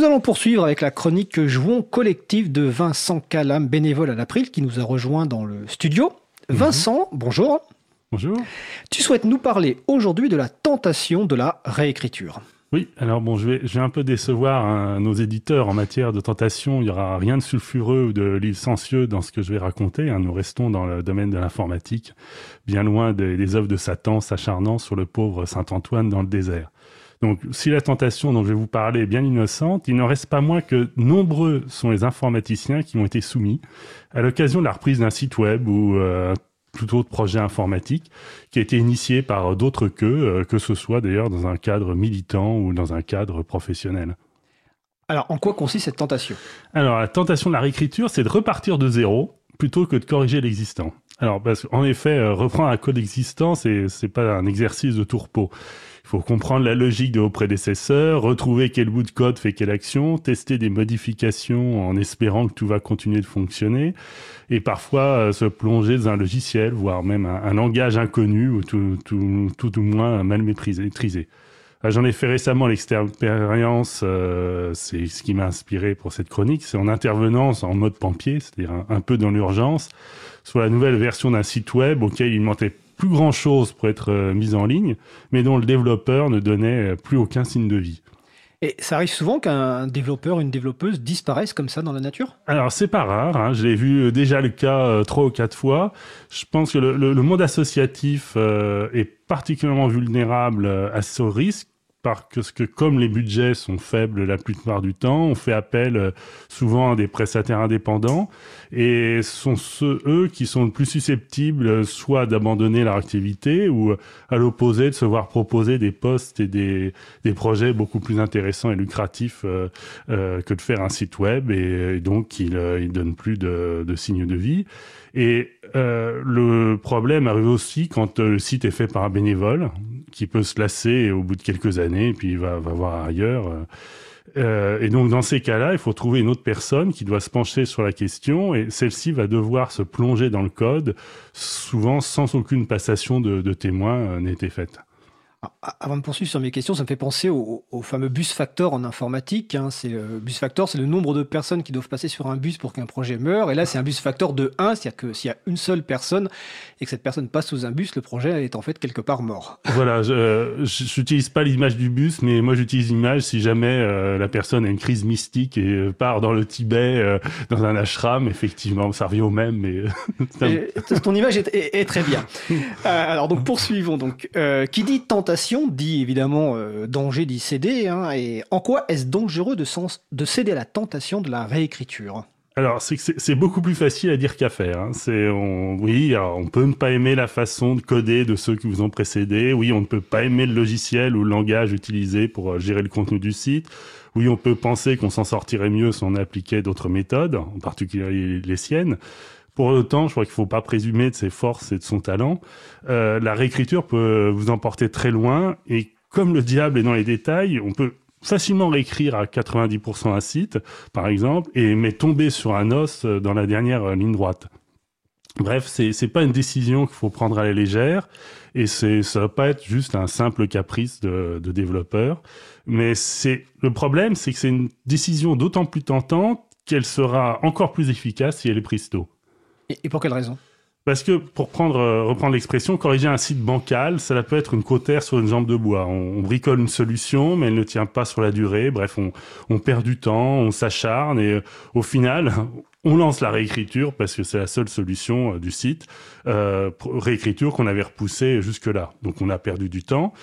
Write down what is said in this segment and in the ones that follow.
Nous allons poursuivre avec la chronique Jouons collectif de Vincent Calam, bénévole à l'April, qui nous a rejoint dans le studio. Vincent, bonjour. Bonjour. Tu souhaites nous parler aujourd'hui de la tentation de la réécriture. Oui, alors bon, je vais un peu décevoir nos éditeurs en matière de tentation. Il n'y aura rien de sulfureux ou de licencieux dans ce que je vais raconter. Nous restons dans le domaine de l'informatique, bien loin des œuvres de Satan s'acharnant sur le pauvre Saint-Antoine dans le désert. Donc, si la tentation dont je vais vous parler est bien innocente, il n'en reste pas moins que nombreux sont les informaticiens qui ont été soumis à l'occasion de la reprise d'un site web ou tout autre projet informatique qui a été initié par d'autres que ce soit d'ailleurs dans un cadre militant ou dans un cadre professionnel. Alors, en quoi consiste cette tentation ? Alors, la tentation de la réécriture, c'est de repartir de zéro plutôt que de corriger l'existant. Alors, parce qu'en effet, reprendre un code existant, c'est pas un exercice de tourpeau. Il faut comprendre la logique de vos prédécesseurs, retrouver quel bout de code fait quelle action, tester des modifications en espérant que tout va continuer de fonctionner, et parfois se plonger dans un logiciel, voire même un langage inconnu ou tout au moins mal maîtrisé. J'en ai fait récemment l'expérience, c'est ce qui m'a inspiré pour cette chronique, c'est en intervenant en mode pompier, c'est-à-dire un peu dans l'urgence, sur la nouvelle version d'un site web auquel il manquait plus grand-chose pour être mis en ligne, mais dont le développeur ne donnait plus aucun signe de vie. Et ça arrive souvent qu'un développeur, une développeuse disparaissent comme ça dans la nature ? Alors, c'est pas rare, je l'ai vu déjà le cas 3 ou 4 fois. Je pense que le monde associatif est particulièrement vulnérable à ce risque, parce que comme les budgets sont faibles la plupart du temps, on fait appel souvent à des prestataires indépendants et ce sont eux qui sont le plus susceptibles soit d'abandonner leur activité ou à l'opposé de se voir proposer des postes et des projets beaucoup plus intéressants et lucratifs que de faire un site web et donc ils donnent plus de signes de vie. Et le problème arrive aussi quand le site est fait par un bénévole qui peut se lasser au bout de quelques années et puis il va voir ailleurs. Et donc dans ces cas-là, il faut trouver une autre personne qui doit se pencher sur la question et celle-ci va devoir se plonger dans le code, souvent sans aucune passation de témoin n'ait été faite. Avant de poursuivre sur mes questions, ça me fait penser au fameux bus factor en informatique. Bus factor, c'est le nombre de personnes qui doivent passer sur un bus pour qu'un projet meure. Et là, c'est un bus factor de 1, c'est-à-dire que s'il y a une seule personne et que cette personne passe sous un bus, le projet est en fait quelque part mort. Voilà, je n'utilise pas l'image du bus, mais moi j'utilise l'image si jamais la personne a une crise mystique et part dans le Tibet, dans un ashram, effectivement, ça revient au même. Mais ton image est très bien. Alors donc poursuivons. Donc, qui dit tentation dit évidemment danger d'y céder. Et en quoi est-ce dangereux de céder à la tentation de la réécriture ? Alors, c'est beaucoup plus facile à dire qu'à faire. Oui, alors, on peut ne pas aimer la façon de coder de ceux qui vous ont précédé. Oui, on ne peut pas aimer le logiciel ou le langage utilisé pour gérer le contenu du site. Oui, on peut penser qu'on s'en sortirait mieux si on appliquait d'autres méthodes, en particulier les siennes. Pour autant, je crois qu'il ne faut pas présumer de ses forces et de son talent. La réécriture peut vous emporter très loin et comme le diable est dans les détails, on peut facilement réécrire à 90% un site, par exemple, mais tomber sur un os dans la dernière ligne droite. Bref, c'est pas une décision qu'il faut prendre à la légère et ça va pas être juste un simple caprice de développeur. Mais le problème, c'est que c'est une décision d'autant plus tentante qu'elle sera encore plus efficace si elle est prise tôt. Et pour quelle raison ? Parce que, pour reprendre l'expression, corriger un site bancal, ça peut être une cautère sur une jambe de bois. On bricole une solution, mais elle ne tient pas sur la durée. Bref, on perd du temps, on s'acharne et au final, on lance la réécriture parce que c'est la seule solution du site. Réécriture qu'on avait repoussée jusque-là. Donc, on a perdu du temps.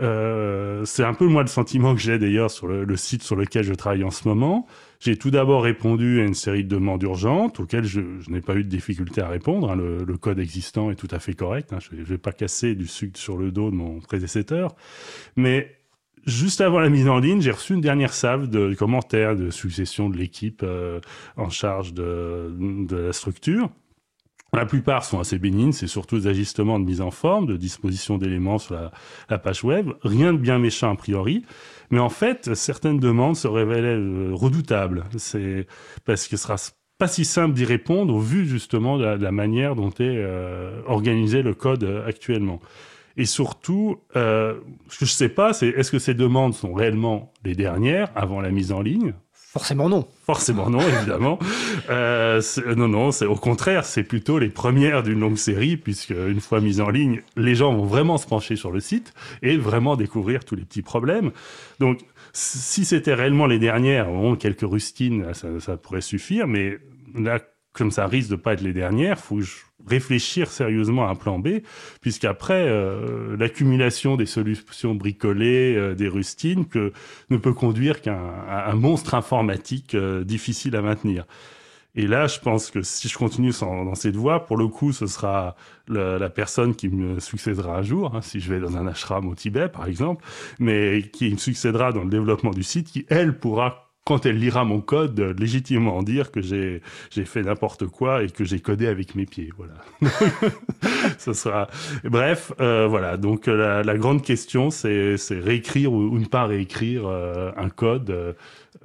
C'est un peu, moi, le sentiment que j'ai d'ailleurs sur le site sur lequel je travaille en ce moment. J'ai tout d'abord répondu à une série de demandes urgentes auxquelles je n'ai pas eu de difficulté à répondre. Le code existant est tout à fait correct. Je ne vais pas casser du sucre sur le dos de mon prédécesseur. Mais juste avant la mise en ligne, j'ai reçu une dernière salve de commentaires de succession de l'équipe en charge de la structure. La plupart sont assez bénignes, c'est surtout des ajustements de mise en forme, de disposition d'éléments sur la page web. Rien de bien méchant a priori. Mais en fait, certaines demandes se révélaient redoutables. C'est parce que ce sera pas si simple d'y répondre au vu justement de la manière dont est organisé le code actuellement. Et surtout, ce que je sais pas, c'est est-ce que ces demandes sont réellement les dernières avant la mise en ligne? Forcément non. Forcément non, évidemment. Non, c'est au contraire, c'est plutôt les premières d'une longue série, puisque une fois mise en ligne, les gens vont vraiment se pencher sur le site et vraiment découvrir tous les petits problèmes. Donc, si c'était réellement les dernières, bon, quelques rustines, ça pourrait suffire, mais là, comme ça risque de pas être les dernières, faut réfléchir sérieusement à un plan B, puisqu'après, l'accumulation des solutions bricolées, des rustines, ne peut conduire qu'à un monstre informatique difficile à maintenir. Et là, je pense que si je continue dans cette voie, pour le coup, ce sera la personne qui me succédera un jour, hein, si je vais dans un ashram au Tibet, par exemple, mais qui me succédera dans le développement du site, qui, elle, pourra, quand elle lira mon code, légitimement dire que j'ai fait n'importe quoi et que j'ai codé avec mes pieds. Voilà. Ce sera. Bref, voilà. Donc la grande question, c'est réécrire ou ne pas réécrire un code.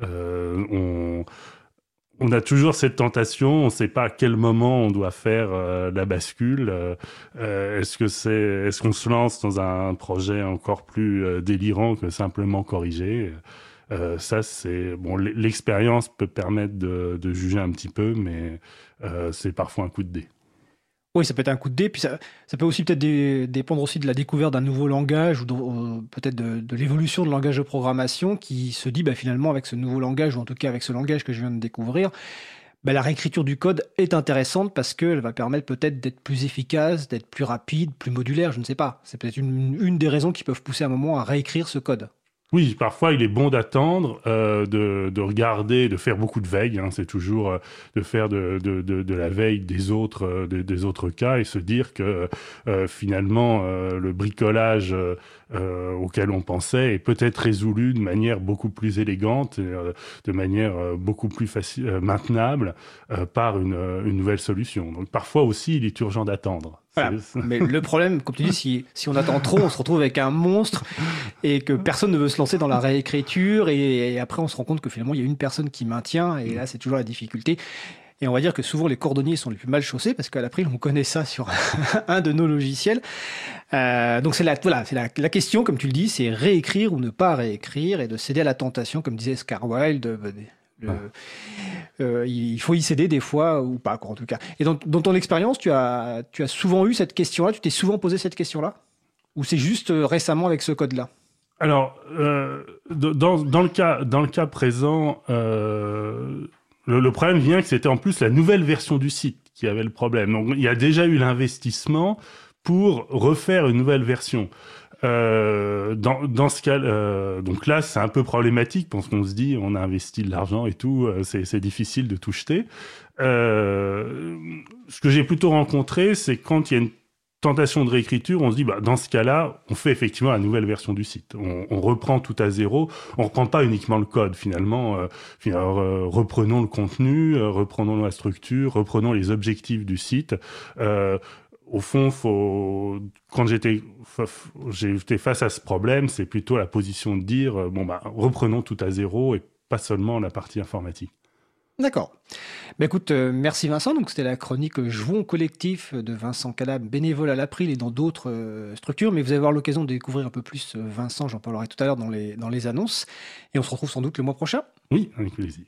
On a toujours cette tentation, on ne sait pas à quel moment on doit faire la bascule. Est-ce qu'on se lance dans un projet encore plus délirant que simplement corriger? Ça, c'est bon. L'expérience peut permettre de juger un petit peu, mais c'est parfois un coup de dé. Oui, ça peut être un coup de dé, puis ça peut aussi peut-être dépendre aussi de la découverte d'un nouveau langage ou peut-être de l'évolution de langage de programmation qui se dit finalement avec ce nouveau langage, ou en tout cas avec ce langage que je viens de découvrir, la réécriture du code est intéressante parce qu'elle va permettre peut-être d'être plus efficace, d'être plus rapide, plus modulaire, je ne sais pas. C'est peut-être une des raisons qui peuvent pousser à un moment à réécrire ce code. Oui, parfois il est bon d'attendre, de regarder, de faire beaucoup de veille. Hein, c'est toujours de faire de la veille des autres cas et se dire que finalement le bricolage auquel on pensait est peut-être résolu de manière beaucoup plus élégante, de manière beaucoup plus facile, maintenable par une nouvelle solution. Donc parfois aussi il est urgent d'attendre. Voilà. Mais le problème, comme tu dis, si on attend trop, on se retrouve avec un monstre et que personne ne veut se lancer dans la réécriture et après on se rend compte que finalement il y a une personne qui maintient et là c'est toujours la difficulté. Et on va dire que souvent les cordonniers sont les plus mal chaussés parce qu'à l'April on connaît ça sur un de nos logiciels. Donc c'est la question, comme tu le dis, c'est réécrire ou ne pas réécrire et de céder à la tentation, comme disait Oscar Wilde. Il faut y céder des fois ou pas, quoi, en tout cas. Et dans ton expérience, tu as souvent eu cette question-là, tu t'es souvent posé cette question-là? Ou c'est juste récemment avec ce code-là? Alors, dans le cas présent, le problème vient que c'était en plus la nouvelle version du site qui avait le problème. Donc, il y a déjà eu l'investissement pour refaire une nouvelle version. Dans ce cas, donc là, c'est un peu problématique parce qu'on se dit, on a investi de l'argent et tout, c'est difficile de tout jeter. Ce que j'ai plutôt rencontré, c'est quand il y a une tentation de réécriture, on se dit, dans ce cas-là, on fait effectivement la nouvelle version du site. On reprend tout à zéro. On reprend pas uniquement le code, finalement. Reprenons le contenu, reprenons la structure, reprenons les objectifs du site. Au fond, quand j'étais face à ce problème, c'est plutôt la position de dire, reprenons tout à zéro et pas seulement la partie informatique. D'accord. Écoute, merci Vincent. Donc, c'était la chronique Jouons collectif de Vincent Calab, bénévole à l'April et dans d'autres structures. Mais vous allez avoir l'occasion de découvrir un peu plus Vincent, j'en parlerai tout à l'heure dans les annonces. Et on se retrouve sans doute le mois prochain. Oui, avec plaisir.